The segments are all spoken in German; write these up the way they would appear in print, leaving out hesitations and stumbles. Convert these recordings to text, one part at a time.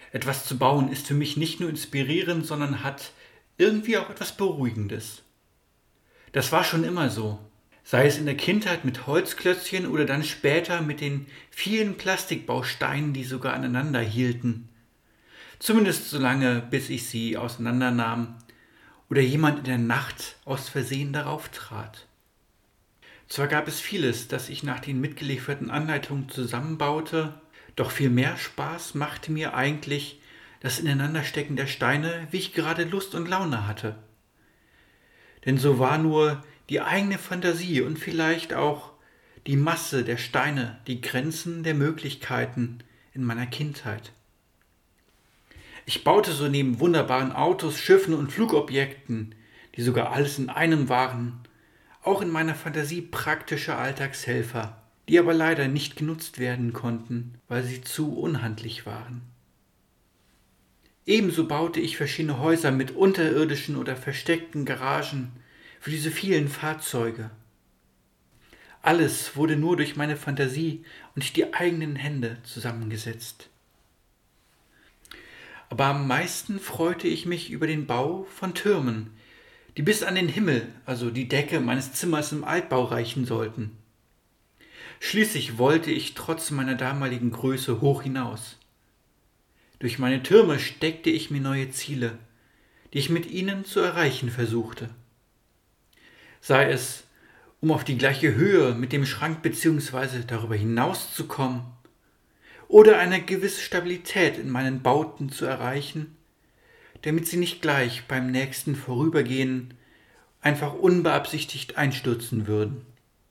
Etwas zu bauen ist für mich nicht nur inspirierend, sondern hat irgendwie auch etwas Beruhigendes. Das war schon immer so. Sei es in der Kindheit mit Holzklötzchen oder dann später mit den vielen Plastikbausteinen, die sogar aneinander hielten. Zumindest so lange, bis ich sie auseinandernahm oder jemand in der Nacht aus Versehen darauf trat. Zwar gab es vieles, das ich nach den mitgelieferten Anleitungen zusammenbaute, doch viel mehr Spaß machte mir eigentlich das Ineinanderstecken der Steine, wie ich gerade Lust und Laune hatte. Denn so war nur die eigene Fantasie und vielleicht auch die Masse der Steine die Grenzen der Möglichkeiten in meiner Kindheit. Ich baute so neben wunderbaren Autos, Schiffen und Flugobjekten, die sogar alles in einem waren, auch in meiner Fantasie praktische Alltagshelfer, die aber leider nicht genutzt werden konnten, weil sie zu unhandlich waren. Ebenso baute ich verschiedene Häuser mit unterirdischen oder versteckten Garagen für diese vielen Fahrzeuge. Alles wurde nur durch meine Fantasie und die eigenen Hände zusammengesetzt. Aber am meisten freute ich mich über den Bau von Türmen, die bis an den Himmel, also die Decke meines Zimmers im Altbau reichen sollten. Schließlich wollte ich trotz meiner damaligen Größe hoch hinaus. Durch meine Türme steckte ich mir neue Ziele, die ich mit ihnen zu erreichen versuchte. Sei es, um auf die gleiche Höhe mit dem Schrank bzw. darüber hinaus zu kommen, oder eine gewisse Stabilität in meinen Bauten zu erreichen, damit sie nicht gleich beim nächsten Vorübergehen einfach unbeabsichtigt einstürzen würden.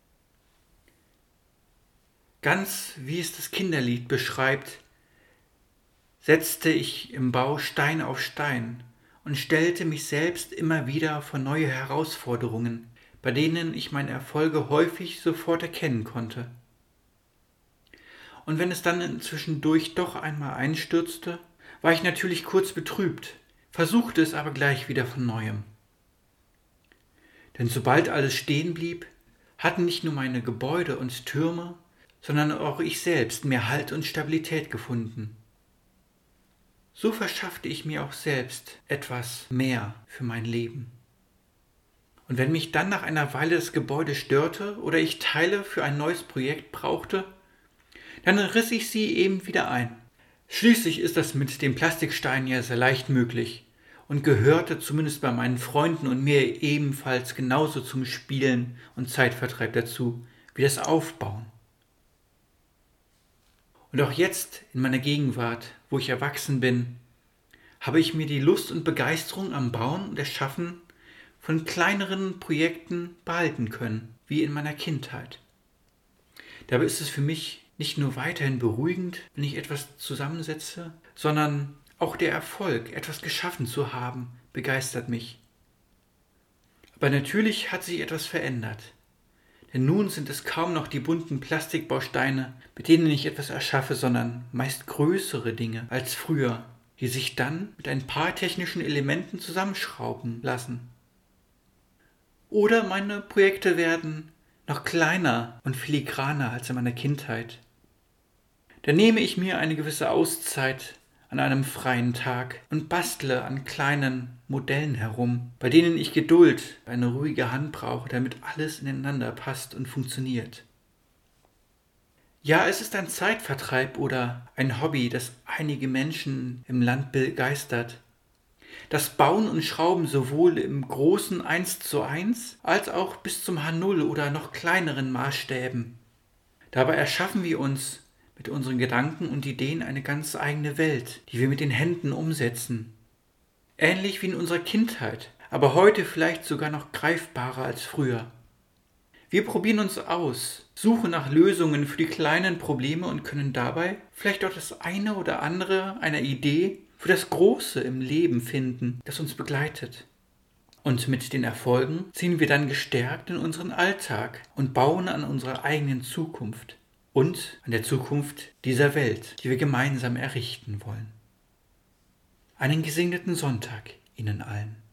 Ganz wie es das Kinderlied beschreibt, setzte ich im Bau Stein auf Stein und stellte mich selbst immer wieder vor neue Herausforderungen, bei denen ich meine Erfolge häufig sofort erkennen konnte. Und wenn es dann zwischendurch doch einmal einstürzte, war ich natürlich kurz betrübt, versuchte es aber gleich wieder von neuem. Denn sobald alles stehen blieb, hatten nicht nur meine Gebäude und Türme, sondern auch ich selbst mehr Halt und Stabilität gefunden. So verschaffte ich mir auch selbst etwas mehr für mein Leben. Und wenn mich dann nach einer Weile das Gebäude störte oder ich Teile für ein neues Projekt brauchte, dann riss ich sie eben wieder ein. Schließlich ist das mit den Plastiksteinen ja sehr leicht möglich und gehörte zumindest bei meinen Freunden und mir ebenfalls genauso zum Spielen und Zeitvertreib dazu wie das Aufbauen. Und auch jetzt in meiner Gegenwart, wo ich erwachsen bin, habe ich mir die Lust und Begeisterung am Bauen und Erschaffen von kleineren Projekten behalten können, wie in meiner Kindheit. Dabei ist es für mich nicht nur weiterhin beruhigend, wenn ich etwas zusammensetze, sondern auch der Erfolg, etwas geschaffen zu haben, begeistert mich. Aber natürlich hat sich etwas verändert. Denn nun sind es kaum noch die bunten Plastikbausteine, mit denen ich etwas erschaffe, sondern meist größere Dinge als früher, die sich dann mit ein paar technischen Elementen zusammenschrauben lassen. Oder meine Projekte werden noch kleiner und filigraner als in meiner Kindheit. Da nehme ich mir eine gewisse Auszeit an einem freien Tag und bastle an kleinen Modellen herum, bei denen ich Geduld, eine ruhige Hand brauche, damit alles ineinander passt und funktioniert. Ja, es ist ein Zeitvertreib oder ein Hobby, das einige Menschen im Land begeistert. Das Bauen und Schrauben sowohl im großen 1:1 als auch bis zum H0 oder noch kleineren Maßstäben. Dabei erschaffen wir uns mit unseren Gedanken und Ideen eine ganz eigene Welt, die wir mit den Händen umsetzen. Ähnlich wie in unserer Kindheit, aber heute vielleicht sogar noch greifbarer als früher. Wir probieren uns aus, suchen nach Lösungen für die kleinen Probleme und können dabei vielleicht auch das eine oder andere einer Idee für das Große im Leben finden, das uns begleitet. Und mit den Erfolgen ziehen wir dann gestärkt in unseren Alltag und bauen an unserer eigenen Zukunft und an der Zukunft dieser Welt, die wir gemeinsam errichten wollen. Einen gesegneten Sonntag Ihnen allen.